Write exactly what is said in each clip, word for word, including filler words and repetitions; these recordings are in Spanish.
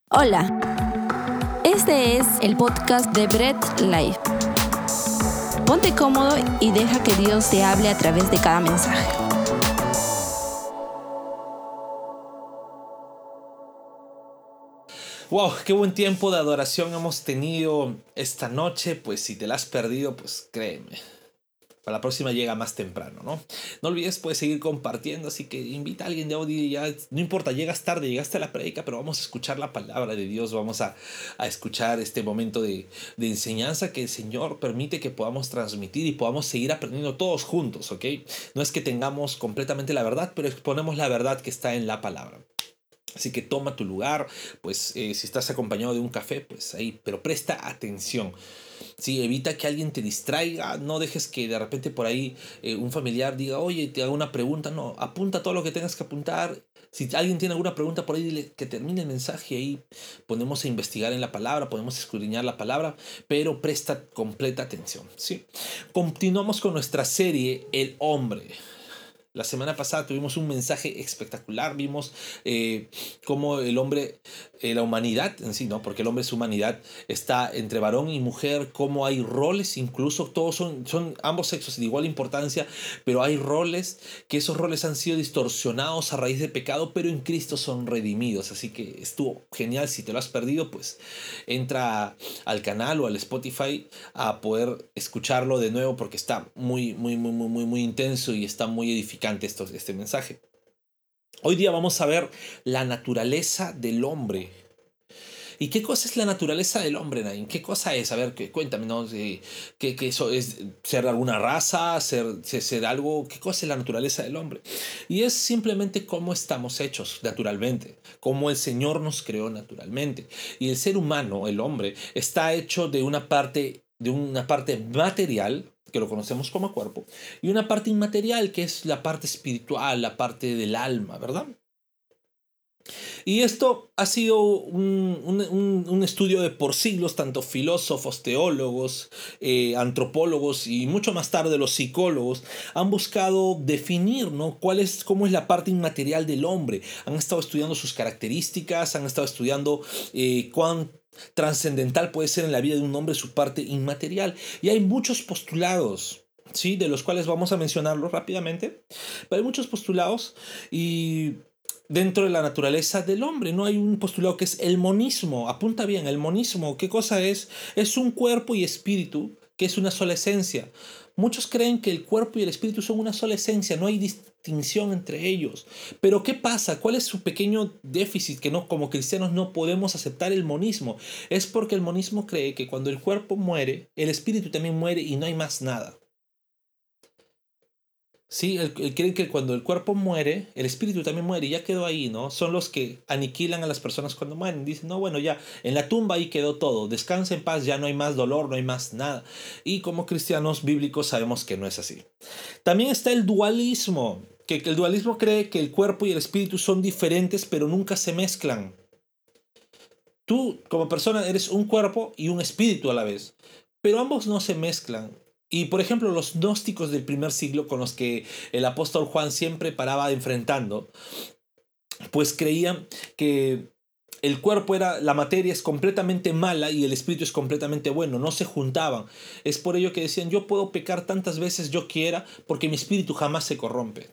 Hola, este es el podcast de Bread Life. Ponte cómodo y deja que Dios te hable a través de cada mensaje. Wow, qué buen tiempo de adoración hemos tenido esta noche. Pues si te la has perdido, pues créeme, para la próxima llega más temprano, ¿no? No olvides, puedes seguir compartiendo, así que invita a alguien de audio y ya, no importa, llegas tarde, llegaste a la predica, pero vamos a escuchar la palabra de Dios, vamos a, a escuchar este momento de, de enseñanza que el Señor permite que podamos transmitir y podamos seguir aprendiendo todos juntos, ¿ok? No es que tengamos completamente la verdad, pero exponemos la verdad que está en la palabra. Así que toma tu lugar, pues eh, si estás acompañado de un café, pues ahí, pero presta atención. Sí, evita que alguien te distraiga, no dejes que de repente por ahí eh, un familiar diga, oye, te hago una pregunta. No, apunta todo lo que tengas que apuntar. Si alguien tiene alguna pregunta por ahí, dile que termine el mensaje. Ahí ponemos a investigar en la palabra, podemos escudriñar la palabra, pero presta completa atención. ¿Sí? Continuamos con nuestra serie El Hombre. La semana pasada tuvimos un mensaje espectacular, vimos eh, cómo el hombre, eh, la humanidad en sí, ¿no? Porque el hombre es humanidad, está entre varón y mujer, cómo hay roles, incluso todos son, son ambos sexos de igual importancia, pero hay roles, que esos roles han sido distorsionados a raíz de pecado, pero en Cristo son redimidos. Así que estuvo genial. Si te lo has perdido, pues entra al canal o al Spotify a poder escucharlo de nuevo, porque está muy, muy, muy, muy, muy, muy intenso y está muy edificante esto, este mensaje. Hoy día vamos a ver la naturaleza del hombre. ¿Y qué cosa es la naturaleza del hombre, Nain? ¿Qué cosa es? A ver, cuéntame, ¿no? ¿Qué, qué eso es? ¿Ser alguna raza? ¿Ser, ser, ser algo? ¿Qué cosa es la naturaleza del hombre? Y es simplemente cómo estamos hechos naturalmente, cómo el Señor nos creó naturalmente. Y el ser humano, el hombre, está hecho de una parte, de una parte material, que lo conocemos como cuerpo, y una parte inmaterial, que es la parte espiritual, la parte del alma, ¿verdad? Y esto ha sido un, un, un estudio de por siglos, tanto filósofos, teólogos, eh, antropólogos y mucho más tarde los psicólogos han buscado definir, ¿no? cuál es, cómo es la parte inmaterial del hombre. Han estado estudiando sus características, han estado estudiando eh, cuán trascendental puede ser en la vida de un hombre su parte inmaterial. Y hay muchos postulados, ¿sí? De los cuales vamos a mencionarlos rápidamente. Pero hay muchos postulados y dentro de la naturaleza del hombre, ¿no? Hay un postulado que es el monismo. Apunta bien, el monismo. ¿Qué cosa es? Es un cuerpo y espíritu que es una sola esencia. Muchos creen que el cuerpo y el espíritu son una sola esencia, no hay distinción entre ellos. Pero ¿qué pasa? ¿Cuál es su pequeño déficit que no, como cristianos no podemos aceptar el monismo? Es porque el monismo cree que cuando el cuerpo muere, el espíritu también muere y no hay más nada. Sí, el, el, creen que cuando el cuerpo muere, el espíritu también muere y ya quedó ahí, ¿no? Son los que aniquilan a las personas cuando mueren. Dicen, no, bueno, ya, en la tumba ahí quedó todo, descansa en paz, ya no hay más dolor, no hay más nada. Y como cristianos bíblicos sabemos que no es así. También está el dualismo, que el dualismo cree que el cuerpo y el espíritu son diferentes, pero nunca se mezclan. Tú, como persona, eres un cuerpo y un espíritu a la vez, pero ambos no se mezclan. Y por ejemplo, los gnósticos del primer siglo con los que el apóstol Juan siempre paraba enfrentando, pues creían que el cuerpo era, la materia es completamente mala y el espíritu es completamente bueno, no se juntaban. Es por ello que decían, yo puedo pecar tantas veces yo quiera porque mi espíritu jamás se corrompe.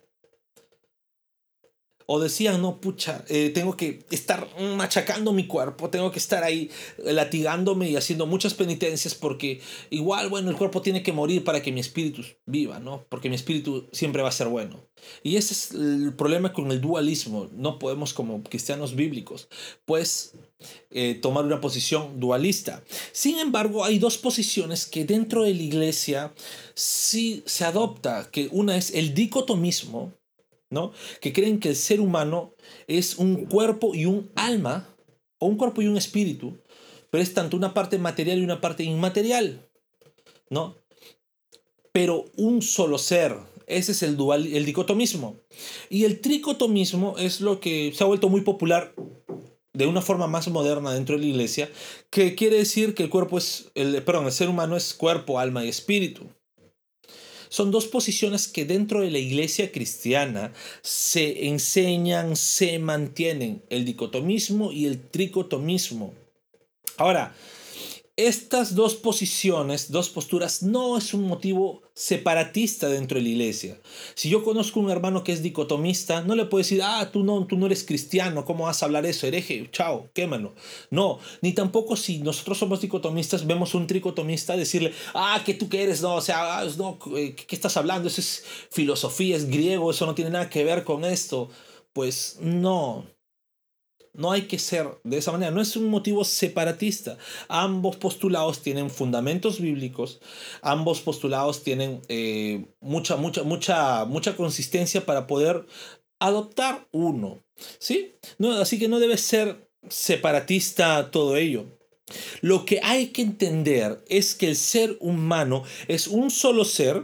O decían, no, pucha, eh, tengo que estar machacando mi cuerpo, tengo que estar ahí latigándome y haciendo muchas penitencias porque igual, bueno, el cuerpo tiene que morir para que mi espíritu viva, ¿no? Porque mi espíritu siempre va a ser bueno. Y ese es el problema con el dualismo. No podemos, como cristianos bíblicos, pues eh, tomar una posición dualista. Sin embargo, hay dos posiciones que dentro de la iglesia sí se adopta, que una es el dicotomismo, ¿no? Que creen que el ser humano es un cuerpo y un alma, o un cuerpo y un espíritu, pero es tanto una parte material y una parte inmaterial, ¿no? Pero un solo ser. Ese es el dual, el dicotomismo. Y el tricotomismo es lo que se ha vuelto muy popular de una forma más moderna dentro de la iglesia, que quiere decir que el cuerpo es, el, perdón, el ser humano es cuerpo, alma y espíritu. Son dos posiciones que dentro de la iglesia cristiana se enseñan, se mantienen, el dicotomismo y el tricotomismo. Ahora, estas dos posiciones, dos posturas, no es un motivo separatista dentro de la iglesia. Si yo conozco un hermano que es dicotomista, no le puedo decir, ah, tú no, tú no eres cristiano, ¿cómo vas a hablar eso? Hereje, chao, quémalo. No, ni tampoco si nosotros somos dicotomistas, vemos un tricotomista decirle, ah, que tú qué eres, no, o sea, ah, no, ¿qué, qué estás hablando? Eso es filosofía, es griego, eso no tiene nada que ver con esto. Pues no. No hay que ser de esa manera, no es un motivo separatista. Ambos postulados tienen fundamentos bíblicos, ambos postulados tienen eh, mucha, mucha, mucha, mucha consistencia para poder adoptar uno, ¿sí? No, así que no debe ser separatista todo ello. Lo que hay que entender es que el ser humano es un solo ser.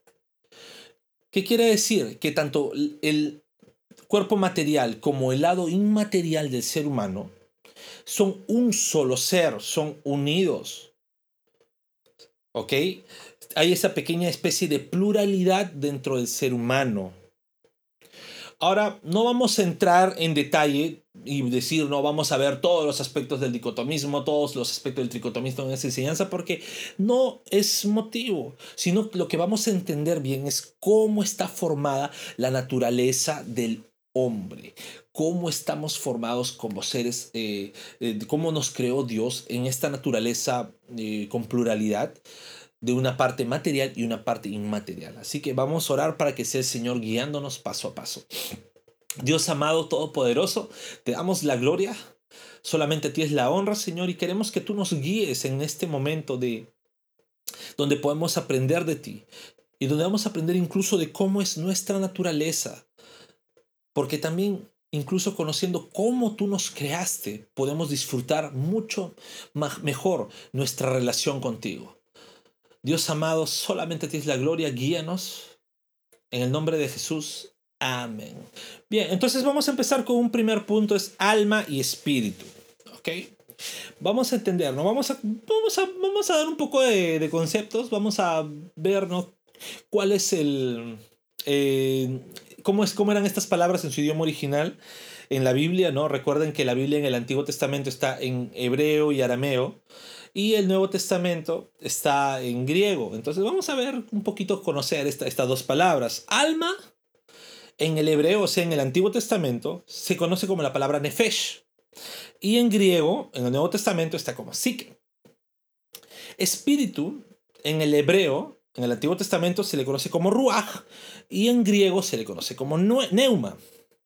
¿Qué quiere decir? Que tanto el cuerpo material como el lado inmaterial del ser humano son un solo ser, son unidos. ¿Ok? Hay esa pequeña especie de pluralidad dentro del ser humano. Ahora, no vamos a entrar en detalle y decir, no, vamos a ver todos los aspectos del dicotomismo, todos los aspectos del tricotomismo en esa enseñanza, porque no es motivo, sino lo que vamos a entender bien es cómo está formada la naturaleza del hombre, cómo estamos formados como seres, eh, eh, cómo nos creó Dios en esta naturaleza eh, con pluralidad de una parte material y una parte inmaterial. Así que vamos a orar para que sea el Señor guiándonos paso a paso. Dios amado, todopoderoso, te damos la gloria, solamente a ti es la honra, Señor, y queremos que tú nos guíes en este momento de donde podemos aprender de ti y donde vamos a aprender incluso de cómo es nuestra naturaleza. Porque también, incluso conociendo cómo tú nos creaste, podemos disfrutar mucho más, mejor nuestra relación contigo. Dios amado, solamente tienes la gloria, guíanos. En el nombre de Jesús. Amén. Bien, entonces vamos a empezar con un primer punto, es alma y espíritu. ¿Ok? Vamos a entender, ¿no? Vamos a, vamos a, vamos a dar un poco de, de conceptos, vamos a ver, ¿no? ¿Cuál es el... Eh, Cómo, es, cómo eran estas palabras en su idioma original en la Biblia, ¿no? Recuerden que la Biblia en el Antiguo Testamento está en hebreo y arameo y el Nuevo Testamento está en griego. Entonces vamos a ver un poquito, conocer esta, estas dos palabras. Alma, en el hebreo, o sea, en el Antiguo Testamento, se conoce como la palabra nefesh. Y en griego, en el Nuevo Testamento, está como psique. Espíritu, en el hebreo, en el Antiguo Testamento se le conoce como ruach y en griego se le conoce como neuma.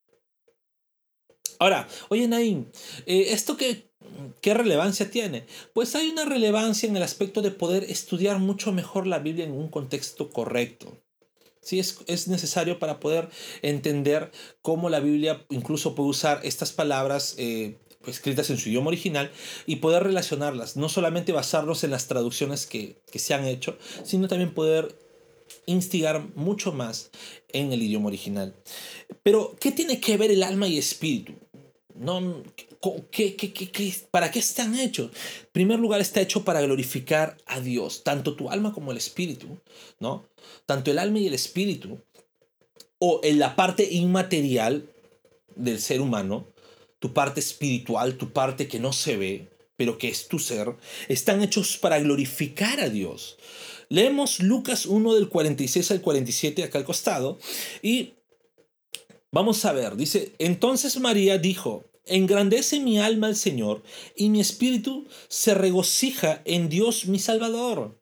Ahora, oye Naim, eh, ¿esto qué, qué relevancia tiene? Pues hay una relevancia en el aspecto de poder estudiar mucho mejor la Biblia en un contexto correcto. Sí, es, es necesario para poder entender cómo la Biblia incluso puede usar estas palabras eh, escritas en su idioma original y poder relacionarlas, no solamente basarnos en las traducciones que, que se han hecho, sino también poder instigar mucho más en el idioma original. Pero, ¿qué tiene que ver el alma y espíritu? No, ¿qué, qué, qué, qué, ¿Para qué están hechos? En primer lugar, está hecho para glorificar a Dios, tanto tu alma como el espíritu, ¿no? Tanto el alma y el espíritu, o en la parte inmaterial del ser humano, tu parte espiritual, tu parte que no se ve, pero que es tu ser, están hechos para glorificar a Dios. Leemos Lucas uno del cuarenta y seis al cuarenta y siete acá al costado y vamos a ver, dice, entonces María dijo, engrandece mi alma al Señor y mi espíritu se regocija en Dios mi Salvador.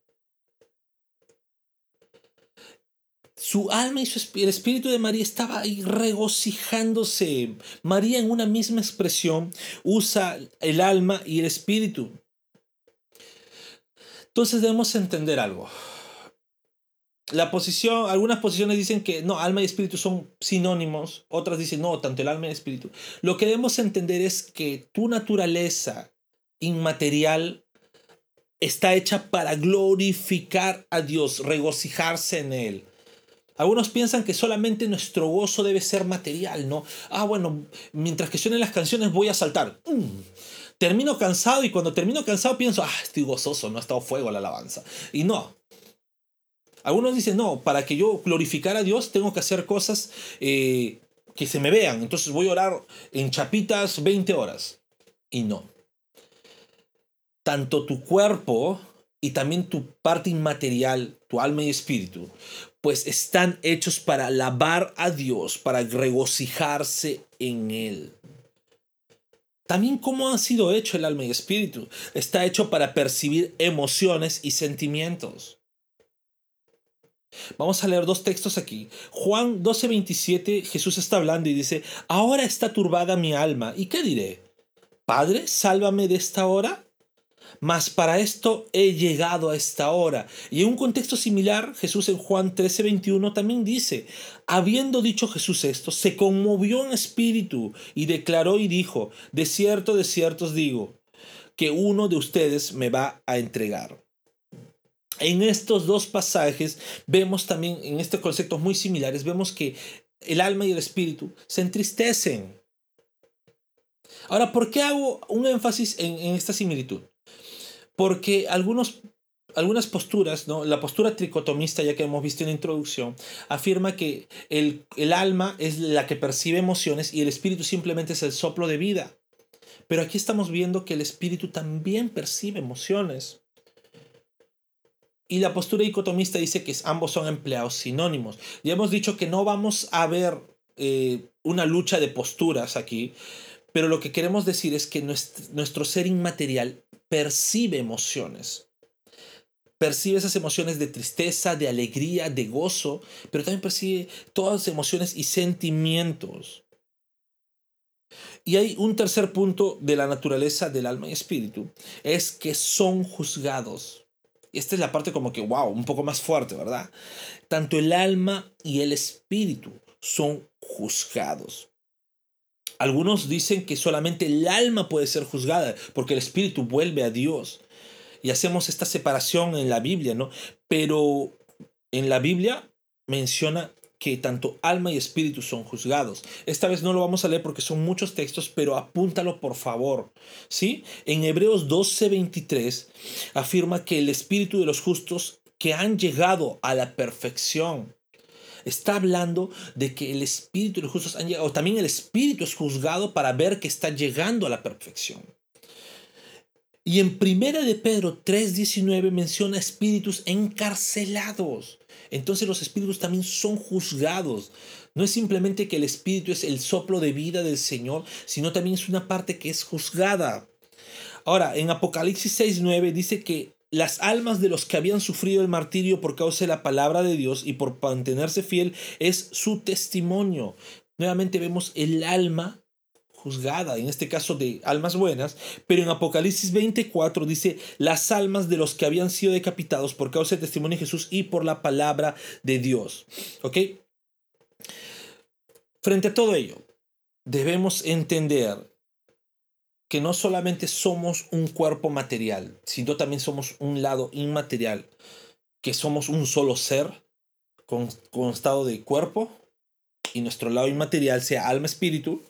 Su alma y su espíritu, el espíritu de María estaba ahí regocijándose. María en una misma expresión usa el alma y el espíritu. Entonces debemos entender algo. La posición, algunas posiciones dicen que no, alma y espíritu son sinónimos, otras dicen no, tanto el alma y el espíritu. Lo que debemos entender es que tu naturaleza inmaterial está hecha para glorificar a Dios, regocijarse en Él. Algunos piensan que solamente nuestro gozo debe ser material, ¿no? Ah, bueno, mientras que suenen las canciones voy a saltar. Mm. Termino cansado y cuando termino cansado pienso, ah, estoy gozoso, no ha estado fuego la alabanza. Y no. Algunos dicen, no, para que yo glorificara a Dios tengo que hacer cosas eh, que se me vean. Entonces voy a orar en chapitas veinte horas. Y no. Tanto tu cuerpo y también tu parte inmaterial, tu alma y espíritu, pues están hechos para alabar a Dios, para regocijarse en Él. También cómo ha sido hecho el alma y espíritu. Está hecho para percibir emociones y sentimientos. Vamos a leer dos textos aquí. Juan doce veintisiete, Jesús está hablando y dice, ahora está turbada mi alma. ¿Y qué diré? Padre, sálvame de esta hora. Mas para esto he llegado a esta hora. Y en un contexto similar, Jesús en Juan trece veintiuno también dice, habiendo dicho Jesús esto, se conmovió en espíritu y declaró y dijo, de cierto, de cierto os digo, que uno de ustedes me va a entregar. En estos dos pasajes vemos también, en estos conceptos muy similares, vemos que el alma y el espíritu se entristecen. Ahora, ¿por qué hago un énfasis en, en esta similitud? Porque algunos, algunas posturas, ¿no? La postura tricotomista, ya que hemos visto en la introducción, afirma que el, el alma es la que percibe emociones y el espíritu simplemente es el soplo de vida. Pero aquí estamos viendo que el espíritu también percibe emociones. Y la postura dicotomista dice que ambos son empleados sinónimos. Ya hemos dicho que no vamos a ver eh, una lucha de posturas aquí, pero lo que queremos decir es que nuestro, nuestro ser inmaterial percibe emociones. Percibe esas emociones de tristeza, de alegría, de gozo, pero también percibe todas las emociones y sentimientos. Y hay un tercer punto de la naturaleza del alma y espíritu, es que son juzgados. Y esta es la parte como que, wow, un poco más fuerte, ¿verdad? Tanto el alma y el espíritu son juzgados. Algunos dicen que solamente el alma puede ser juzgada porque el espíritu vuelve a Dios. Y hacemos esta separación en la Biblia, ¿no? Pero en la Biblia menciona que tanto alma y espíritu son juzgados. Esta vez no lo vamos a leer porque son muchos textos, pero apúntalo por favor, ¿sí? En Hebreos doce veintitrés afirma que el espíritu de los justos que han llegado a la perfección. Está hablando de que el espíritu de los justos han llegado, o también el espíritu es juzgado para ver que está llegando a la perfección. Y en Primera de Pedro tres diecinueve menciona espíritus encarcelados. Entonces los espíritus también son juzgados. No es simplemente que el espíritu es el soplo de vida del Señor, sino también es una parte que es juzgada. Ahora, en Apocalipsis seis nueve dice que las almas de los que habían sufrido el martirio por causa de la palabra de Dios y por mantenerse fiel es su testimonio. Nuevamente vemos el alma juzgada, en este caso de almas buenas, pero en Apocalipsis veinticuatro dice las almas de los que habían sido decapitados por causa del testimonio de Jesús y por la palabra de Dios. ¿Ok? Frente a todo ello, debemos entender que no solamente somos un cuerpo material, sino también somos un lado inmaterial, que somos un solo ser con, con estado de cuerpo y nuestro lado inmaterial sea alma, espíritu,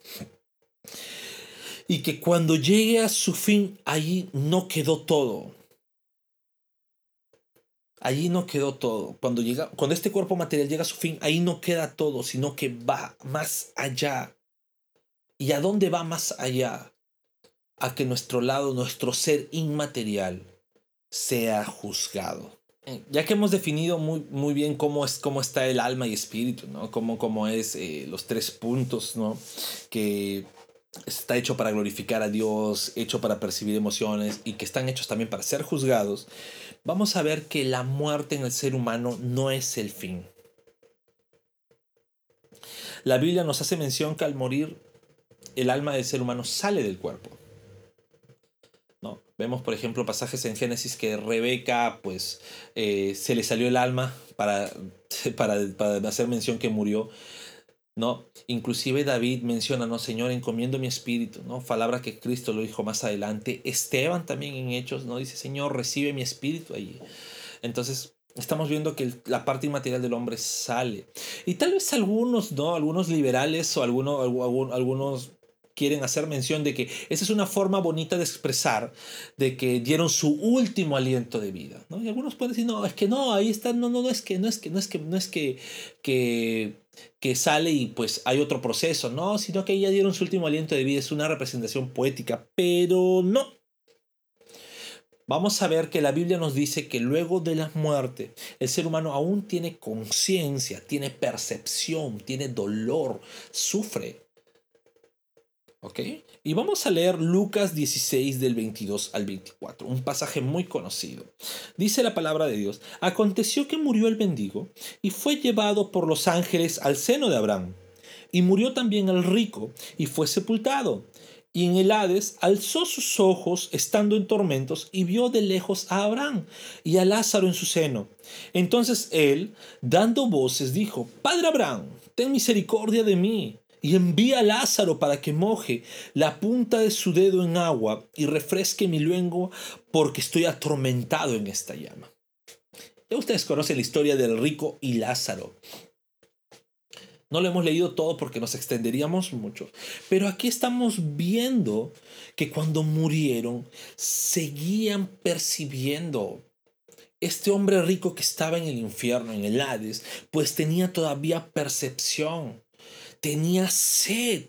y que cuando llegue a su fin, allí no quedó todo. Allí no quedó todo. Cuando, llega, cuando este cuerpo material llega a su fin, ahí no queda todo, sino que va más allá. ¿Y a dónde va más allá? A que nuestro lado, nuestro ser inmaterial, sea juzgado. Ya que hemos definido muy, muy bien cómo, es, cómo está el alma y espíritu, ¿no? Cómo, cómo es eh, los tres puntos, ¿no? Que está hecho para glorificar a Dios, hecho para percibir emociones y que están hechos también para ser juzgados. Vamos a ver que la muerte en el ser humano no es el fin. La Biblia nos hace mención que al morir el alma del ser humano sale del cuerpo, ¿no? Vemos, por ejemplo, pasajes en Génesis que Rebeca, pues, eh, se le salió el alma para, para, para hacer mención que murió, ¿no? Inclusive David menciona, ¿no? Señor, encomiendo mi espíritu, ¿no? Palabra que Cristo lo dijo más adelante. Esteban también en Hechos, ¿no? Dice, Señor, recibe mi espíritu allí. Entonces, estamos viendo que el, la parte inmaterial del hombre sale. Y tal vez algunos, ¿no? Algunos liberales o algunos, algunos quieren hacer mención de que esa es una forma bonita de expresar de que dieron su último aliento de vida, ¿no? Y algunos pueden decir, no, es que no, ahí está, no, no, no es que, no es que, no es que, no es que, que, que sale y pues hay otro proceso, no, sino que ya dieron su último aliento de vida, es una representación poética, pero no. Vamos a ver que la Biblia nos dice que luego de la muerte, el ser humano aún tiene conciencia, tiene percepción, tiene dolor, sufre. ¿Ok? Y vamos a leer Lucas dieciséis del veintidós al veinticuatro, un pasaje muy conocido. Dice la palabra de Dios: aconteció que murió el mendigo y fue llevado por los ángeles al seno de Abraham. Y murió también el rico y fue sepultado. Y en el Hades alzó sus ojos estando en tormentos y vio de lejos a Abraham y a Lázaro en su seno. Entonces él, dando voces, dijo: Padre Abraham, ten misericordia de mí y envía a Lázaro para que moje la punta de su dedo en agua y refresque mi lengua, porque estoy atormentado en esta llama. Ya ustedes conocen la historia del rico y Lázaro. No lo hemos leído todo porque nos extenderíamos mucho. Pero aquí estamos viendo que cuando murieron seguían percibiendo. Este hombre rico que estaba en el infierno, en el Hades, pues tenía todavía percepción. Tenía sed.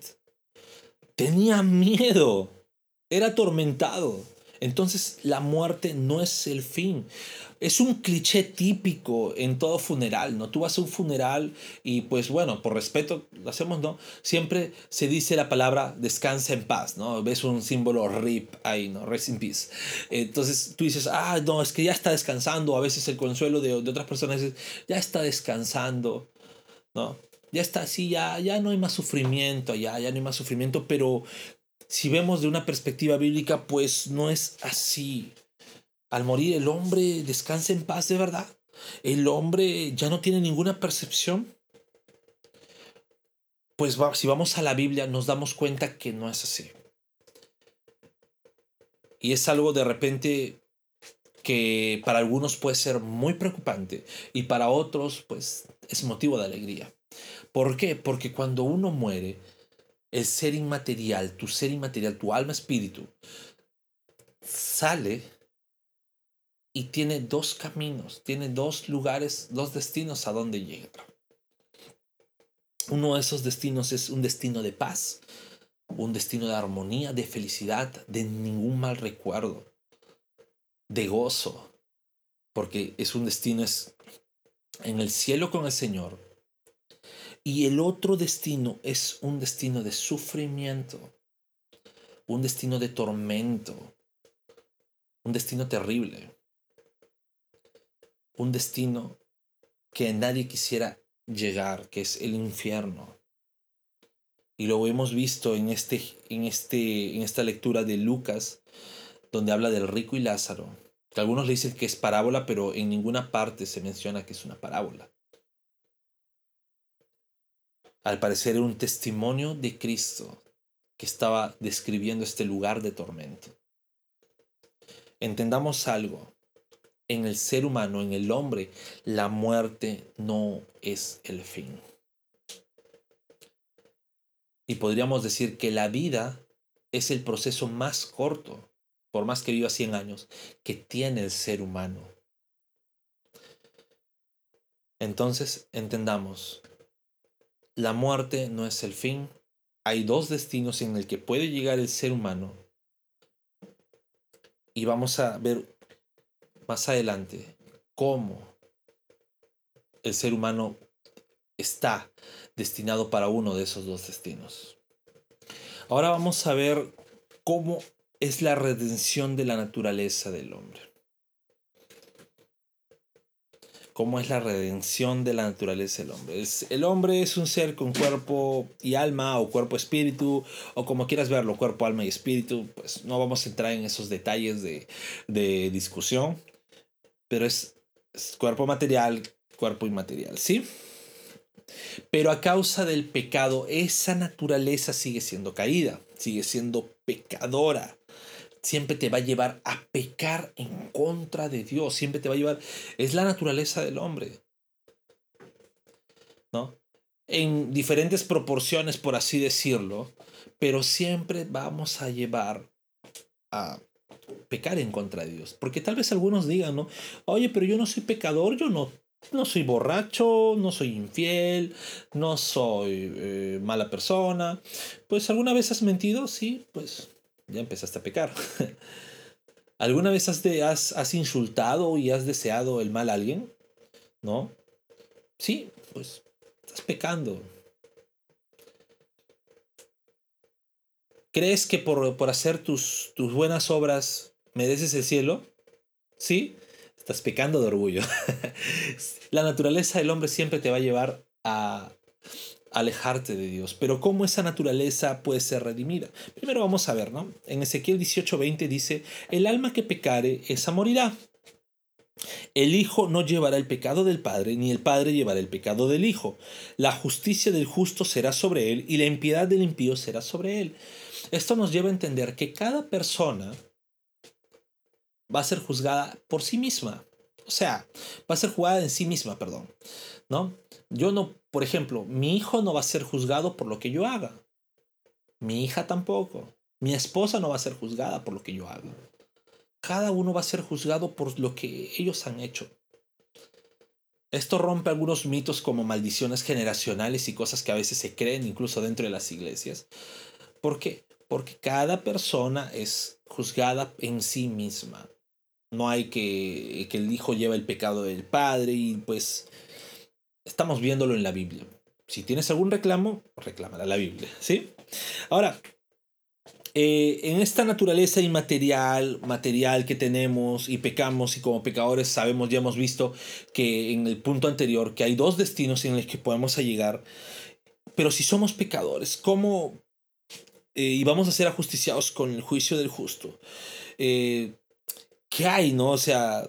Tenía miedo. Era atormentado. Entonces la muerte no es el fin. Es un cliché típico en todo funeral, ¿no? Tú vas a un funeral y pues bueno, por respeto lo hacemos, ¿no? Siempre se dice la palabra descansa en paz, ¿no? Ves un símbolo R I P ahí, ¿no? Rest in peace. Entonces tú dices, ah, no, es que ya está descansando. A veces el consuelo de, de otras personas es, ya está descansando, ¿no? Ya está así, ya, ya no hay más sufrimiento, ya, ya no hay más sufrimiento, pero si vemos de una perspectiva bíblica, pues no es así. Al morir el hombre descansa en paz de verdad. El hombre ya no tiene ninguna percepción. Pues va, si vamos a la Biblia nos damos cuenta que no es así. Y es algo de repente que para algunos puede ser muy preocupante y para otros pues es motivo de alegría. ¿Por qué? Porque cuando uno muere, el ser inmaterial, tu ser inmaterial, tu alma, espíritu, sale y tiene dos caminos, tiene dos lugares, dos destinos a donde llegar. Uno de esos destinos es un destino de paz, un destino de armonía, de felicidad, de ningún mal recuerdo, de gozo, porque es un destino es en el cielo con el Señor. Y el otro destino es un destino de sufrimiento, un destino de tormento, un destino terrible, un destino que nadie quisiera llegar, que es el infierno. Y lo hemos visto en, este, en, este, en esta lectura de Lucas, donde habla del rico y Lázaro. Que algunos le dicen que es parábola, pero en ninguna parte se menciona que es una parábola. Al parecer era un testimonio de Cristo que estaba describiendo este lugar de tormento. Entendamos algo. En el ser humano, en el hombre, la muerte no es el fin. Y podríamos decir que la vida es el proceso más corto, por más que viva cien años, que tiene el ser humano. Entonces, entendamos, la muerte no es el fin. Hay dos destinos en el que puede llegar el ser humano. Y vamos a ver más adelante cómo el ser humano está destinado para uno de esos dos destinos. Ahora vamos a ver cómo es la redención de la naturaleza del hombre. ¿Cómo es la redención de la naturaleza del hombre? El hombre es un ser con cuerpo y alma, o cuerpo-espíritu, o como quieras verlo, cuerpo, alma y espíritu. Pues no vamos a entrar en esos detalles de, de discusión, pero es, es cuerpo material, cuerpo inmaterial, ¿sí? Pero a causa del pecado, esa naturaleza sigue siendo caída, sigue siendo pecadora. Siempre te va a llevar a pecar en contra de Dios. Siempre te va a llevar... Es la naturaleza del hombre, ¿no? en diferentes proporciones, por así decirlo, pero siempre vamos a llevar a pecar en contra de Dios. Porque tal vez algunos digan, ¿no? Oye, pero yo no soy pecador, yo no, no soy borracho, no soy infiel, no soy eh, mala persona. Pues alguna vez has mentido, sí, pues ya empezaste a pecar. ¿Alguna vez has, de, has, has insultado y has deseado el mal a alguien? ¿No? Sí, pues estás pecando. ¿Crees que por, por hacer tus, tus buenas obras mereces el cielo? ¿Sí? Estás pecando de orgullo. La naturaleza del hombre siempre te va a llevar a alejarte de Dios. Pero ¿cómo esa naturaleza puede ser redimida? Primero vamos a ver, ¿no? En Ezequiel dieciocho veinte dice, el alma que pecare, esa morirá. El Hijo no llevará el pecado del Padre, ni el Padre llevará el pecado del Hijo. La justicia del justo será sobre él, y la impiedad del impío será sobre él. Esto nos lleva a entender que cada persona va a ser juzgada por sí misma. O sea, va a ser juzgada en sí misma, perdón. ¿No? Yo no, por ejemplo, mi hijo no va a ser juzgado por lo que yo haga. Mi hija tampoco. Mi esposa no va a ser juzgada por lo que yo haga. Cada uno va a ser juzgado por lo que ellos han hecho. Esto rompe algunos mitos como maldiciones generacionales y cosas que a veces se creen incluso dentro de las iglesias. ¿Por qué? Porque cada persona es juzgada en sí misma. No hay que, que el hijo lleva el pecado del padre y pues estamos viéndolo en la Biblia. Si tienes algún reclamo, reclámala la Biblia, ¿sí? Ahora, eh, en esta naturaleza inmaterial, material que tenemos y pecamos y como pecadores sabemos, ya hemos visto que en el punto anterior que hay dos destinos en los que podemos llegar. Pero si somos pecadores, ¿cómo eh, y vamos a ser ajusticiados con el juicio del justo? Eh, ¿Qué hay, no? O sea,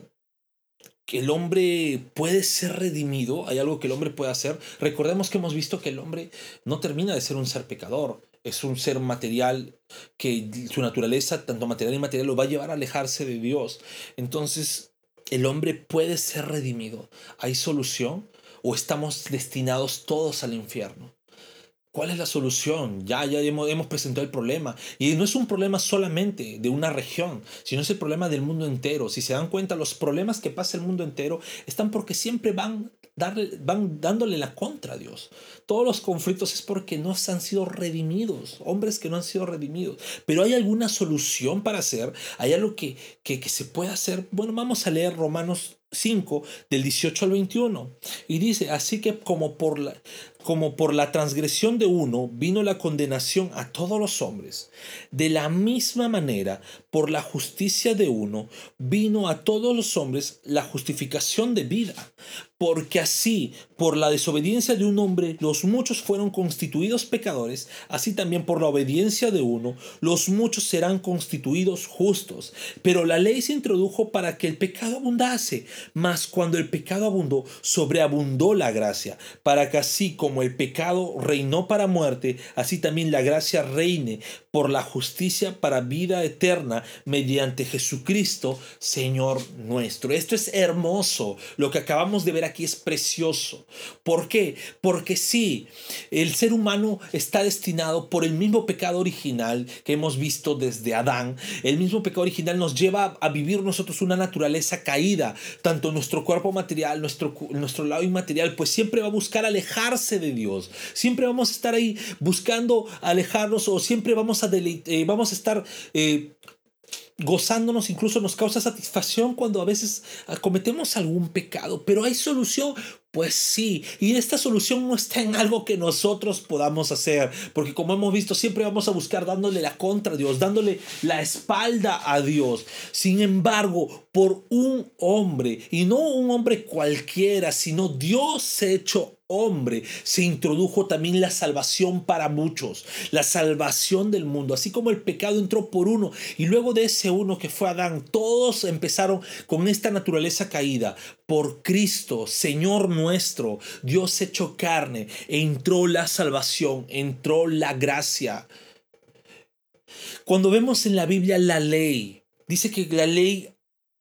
que el hombre puede ser redimido, hay algo que el hombre puede hacer. Recordemos que hemos visto que el hombre no termina de ser un ser pecador, es un ser material que su naturaleza, tanto material y material, lo va a llevar a alejarse de Dios. Entonces, ¿el hombre puede ser redimido? ¿Hay solución? ¿O estamos destinados todos al infierno? ¿Cuál es la solución? Ya, ya hemos, hemos presentado el problema. Y no es un problema solamente de una región, sino es el problema del mundo entero. Si se dan cuenta, los problemas que pasa el mundo entero están porque siempre van, darle, van dándole la contra a Dios. Todos los conflictos es porque no han sido redimidos, hombres que no han sido redimidos. Pero ¿hay alguna solución para hacer? ¿Hay algo que, que, que se pueda hacer? Bueno, vamos a leer Romanos cinco, del dieciocho al veintiuno. Y dice, así que como por la... Como por la transgresión de uno vino la condenación a todos los hombres, de la misma manera, por la justicia de uno, vino a todos los hombres la justificación de vida. Porque así, por la desobediencia de un hombre, los muchos fueron constituidos pecadores, así también por la obediencia de uno, los muchos serán constituidos justos. Pero la ley se introdujo para que el pecado abundase, mas cuando el pecado abundó, sobreabundó la gracia, para que así como Como el pecado reinó para muerte, así también la gracia reine por la justicia para vida eterna mediante Jesucristo, Señor nuestro. Esto es hermoso. Lo que acabamos de ver aquí es precioso. ¿Por qué? Porque sí, el ser humano está destinado por el mismo pecado original que hemos visto desde Adán. El mismo pecado original nos lleva a vivir nosotros una naturaleza caída. Tanto nuestro cuerpo material, nuestro, nuestro lado inmaterial, pues siempre va a buscar alejarse de Dios. Siempre vamos a estar ahí buscando alejarnos o siempre vamos a, deleite, eh, vamos a estar eh, gozándonos, incluso nos causa satisfacción cuando a veces cometemos algún pecado. Pero ¿hay solución? Pues sí, y esta solución no está en algo que nosotros podamos hacer, porque como hemos visto siempre vamos a buscar dándole la contra a Dios, dándole la espalda a Dios. Sin embargo, por un hombre, y no un hombre cualquiera, sino Dios hecho hombre, se introdujo también la salvación para muchos, la salvación del mundo. Así como el pecado entró por uno y luego de ese uno que fue Adán, todos empezaron con esta naturaleza caída. Por Cristo, Señor nuestro, Dios hecho carne, entró la salvación, entró la gracia. Cuando vemos en la Biblia la ley, dice que la ley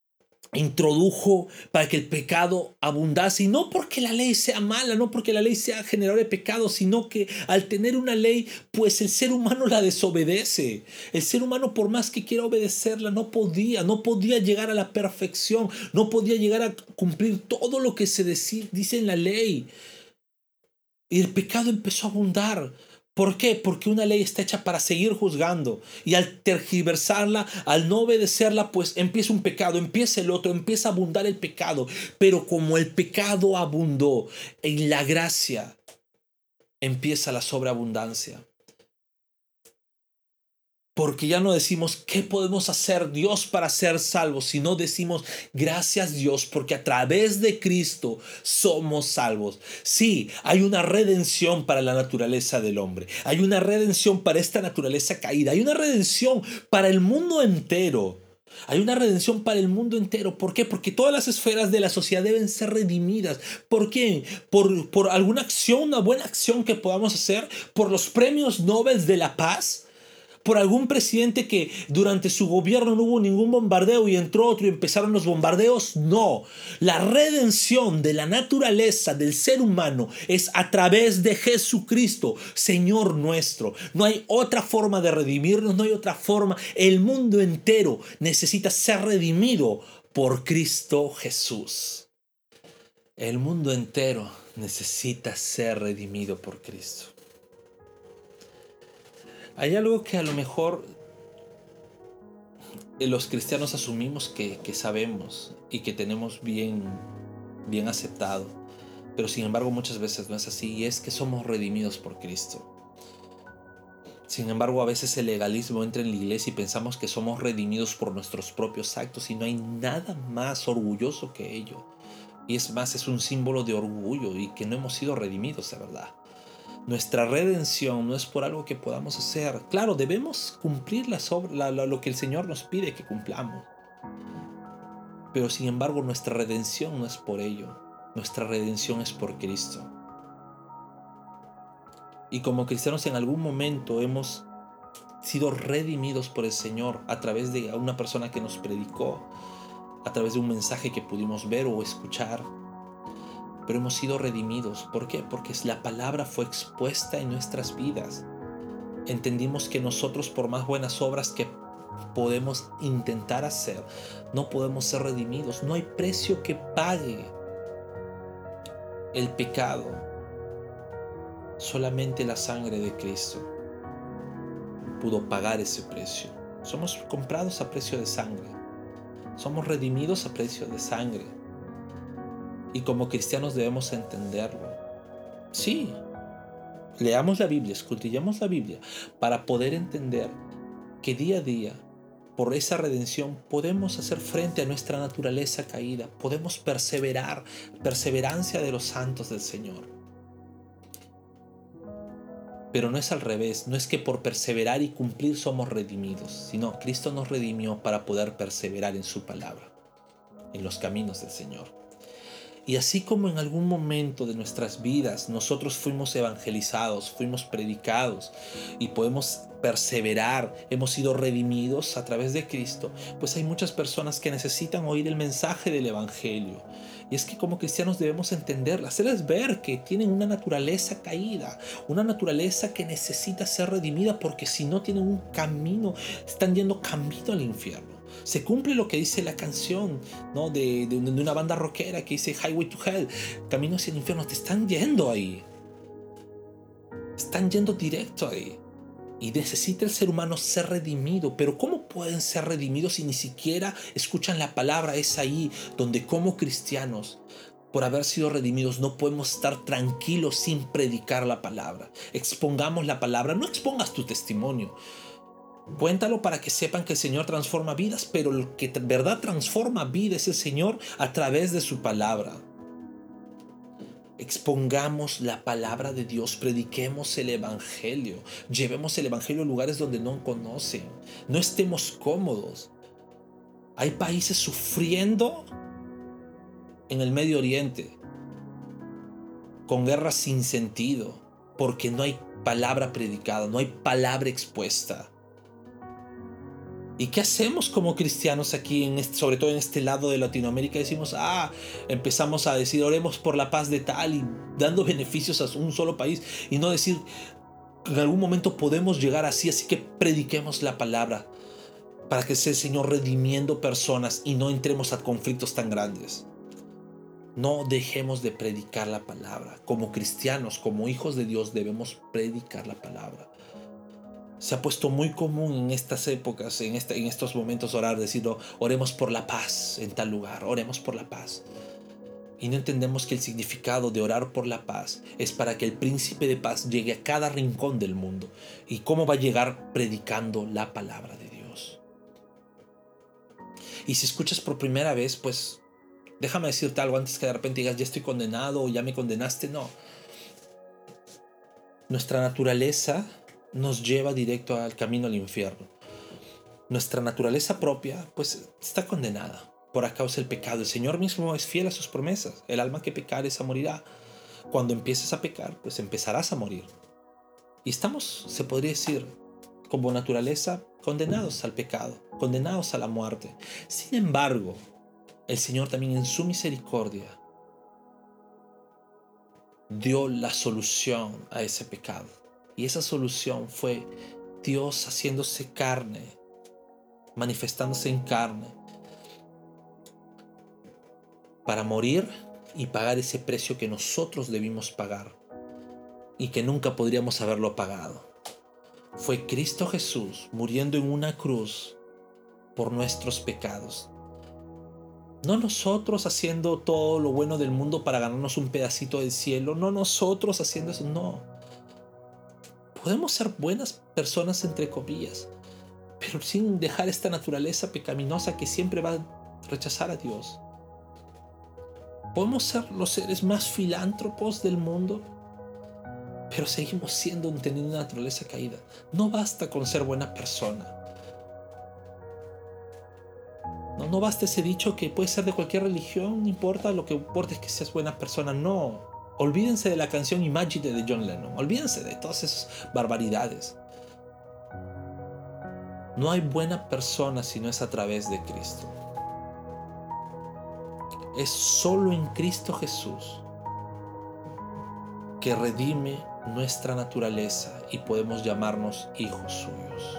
introdujo para que el pecado abundase, y no porque la ley sea mala, no porque la ley sea generadora de pecado, sino que al tener una ley, pues el ser humano la desobedece. El ser humano, por más que quiera obedecerla, no podía, no podía llegar a la perfección, no podía llegar a cumplir todo lo que se dice en la ley. Y el pecado empezó a abundar. ¿Por qué? Porque una ley está hecha para seguir juzgando, y al tergiversarla, al no obedecerla, pues empieza un pecado, empieza el otro, empieza a abundar el pecado. Pero como el pecado abundó, en la gracia empieza la sobreabundancia. Porque ya no decimos qué podemos hacer Dios para ser salvos, sino decimos gracias Dios porque a través de Cristo somos salvos. Sí, hay una redención para la naturaleza del hombre. Hay una redención para esta naturaleza caída. Hay una redención para el mundo entero. Hay una redención para el mundo entero. ¿Por qué? Porque todas las esferas de la sociedad deben ser redimidas. ¿Por qué? Por, por alguna acción, una buena acción que podamos hacer, por los premios Nobel de la paz, por algún presidente que durante su gobierno no hubo ningún bombardeo y entró otro y empezaron los bombardeos. No, la redención de la naturaleza del ser humano es a través de Jesucristo, Señor nuestro. No hay otra forma de redimirnos, no hay otra forma. El mundo entero necesita ser redimido por Cristo Jesús. El mundo entero necesita ser redimido por Cristo. Hay algo que a lo mejor los cristianos asumimos que, que sabemos y que tenemos bien, bien aceptado, pero sin embargo muchas veces no es así, y es que somos redimidos por Cristo. Sin embargo, a veces el legalismo entra en la iglesia y pensamos que somos redimidos por nuestros propios actos, y no hay nada más orgulloso que ello. Y es más, es un símbolo de orgullo y que no hemos sido redimidos de verdad. Nuestra redención no es por algo que podamos hacer. Claro, debemos cumplir la sobre, la, la, lo que el Señor nos pide que cumplamos. Pero sin embargo, nuestra redención no es por ello. Nuestra redención es por Cristo. Y como cristianos en algún momento hemos sido redimidos por el Señor a través de una persona que nos predicó, a través de un mensaje que pudimos ver o escuchar. Pero hemos sido redimidos. ¿Por qué? Porque la palabra fue expuesta en nuestras vidas. Entendimos que nosotros, por más buenas obras que podemos intentar hacer, no podemos ser redimidos. No hay precio que pague el pecado. Solamente la sangre de Cristo pudo pagar ese precio. Somos comprados a precio de sangre. Somos redimidos a precio de sangre. Y como cristianos debemos entenderlo. Sí, leamos la Biblia, escudriñemos la Biblia para poder entender que día a día, por esa redención, podemos hacer frente a nuestra naturaleza caída. Podemos perseverar, perseverancia de los santos del Señor. Pero no es al revés, no es que por perseverar y cumplir somos redimidos, sino Cristo nos redimió para poder perseverar en su palabra, en los caminos del Señor. Y así como en algún momento de nuestras vidas nosotros fuimos evangelizados, fuimos predicados y podemos perseverar, hemos sido redimidos a través de Cristo, pues hay muchas personas que necesitan oír el mensaje del Evangelio. Y es que como cristianos debemos entenderla, hacerles ver que tienen una naturaleza caída, una naturaleza que necesita ser redimida, porque si no tienen un camino, están yendo camino al infierno. Se cumple lo que dice la canción, ¿no? de, de, de una banda rockera que dice Highway to Hell, camino hacia el infierno. Te están yendo ahí, están yendo directo ahí. Y necesita el ser humano ser redimido. Pero ¿cómo pueden ser redimidos si ni siquiera escuchan la palabra? Es ahí donde como cristianos, por haber sido redimidos, no podemos estar tranquilos sin predicar la palabra. Expongamos la palabra, no expongas tu testimonio. Cuéntalo para que sepan que el Señor transforma vidas, pero el que de verdad transforma vidas es el Señor a través de su palabra. Expongamos la palabra de Dios, prediquemos el Evangelio, llevemos el Evangelio a lugares donde no conocen, no estemos cómodos. Hay países sufriendo en el Medio Oriente, con guerras sin sentido, porque no hay palabra predicada, no hay palabra expuesta. ¿Y qué hacemos como cristianos aquí, en este, sobre todo en este lado de Latinoamérica? Decimos, ah, empezamos a decir, oremos por la paz de tal y dando beneficios a un solo país y no decir, en algún momento podemos llegar así, así que prediquemos la palabra para que sea el Señor redimiendo personas y no entremos a conflictos tan grandes. No dejemos de predicar la palabra. Como cristianos, como hijos de Dios, debemos predicar la palabra. Se ha puesto muy común en estas épocas, en, este, en estos momentos orar, decir, oremos por la paz en tal lugar, oremos por la paz. Y no entendemos que el significado de orar por la paz es para que el príncipe de paz llegue a cada rincón del mundo. ¿Y cómo va a llegar? Predicando la palabra de Dios. Y si escuchas por primera vez, pues déjame decirte algo antes que de repente digas, ya estoy condenado o ya me condenaste. No. Nuestra naturaleza nos lleva directo al camino al infierno. Nuestra naturaleza propia, pues, está condenada por causa del pecado. El Señor mismo es fiel a sus promesas. El alma que pecare, esa morirá. Cuando empieces a pecar, pues empezarás a morir. Y estamos, se podría decir, como naturaleza, condenados al pecado, condenados a la muerte. Sin embargo, el Señor también en su misericordia dio la solución a ese pecado. Y esa solución fue Dios haciéndose carne, manifestándose en carne, para morir y pagar ese precio que nosotros debimos pagar y que nunca podríamos haberlo pagado. Fue Cristo Jesús muriendo en una cruz por nuestros pecados. No nosotros haciendo todo lo bueno del mundo para ganarnos un pedacito del cielo, no nosotros haciendo eso, no. Podemos ser buenas personas entre comillas, pero sin dejar esta naturaleza pecaminosa que siempre va a rechazar a Dios. Podemos ser los seres más filántropos del mundo, pero seguimos siendo teniendo una naturaleza caída. No basta con ser buena persona. No, no basta ese dicho que puede ser de cualquier religión, no importa, lo que importa es que seas buena persona. No. Olvídense de la canción Imagine de John Lennon. Olvídense de todas esas barbaridades. No hay buena persona si no es a través de Cristo. Es solo en Cristo Jesús que redime nuestra naturaleza y podemos llamarnos hijos suyos.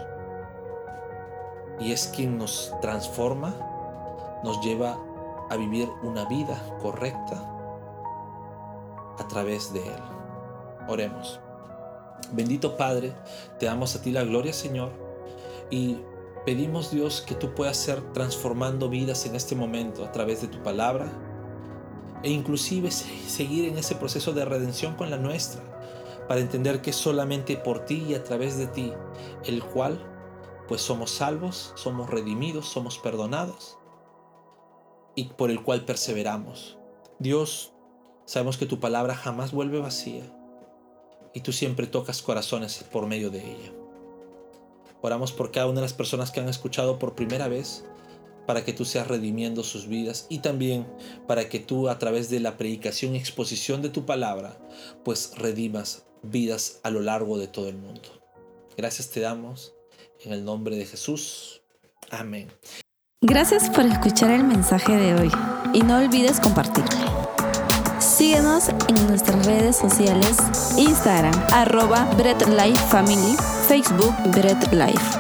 Y es quien nos transforma, nos lleva a vivir una vida correcta a través de Él. Oremos. Bendito Padre, te damos a ti la gloria, Señor, y pedimos, Dios, que tú puedas ser transformando vidas en este momento a través de tu palabra e inclusive seguir en ese proceso de redención con la nuestra, para entender que es solamente por ti y a través de ti el cual pues somos salvos, somos redimidos, somos perdonados y por el cual perseveramos. Dios, sabemos que tu palabra jamás vuelve vacía y tú siempre tocas corazones por medio de ella. Oramos por cada una de las personas que han escuchado por primera vez, para que tú seas redimiendo sus vidas y también para que tú, a través de la predicación y exposición de tu palabra, pues redimas vidas a lo largo de todo el mundo. Gracias te damos en el nombre de Jesús. Amén. Gracias por escuchar el mensaje de hoy y no olvides compartirlo. Síguenos en nuestras redes sociales, Instagram, arroba Bread Life Family, Facebook Bread Life.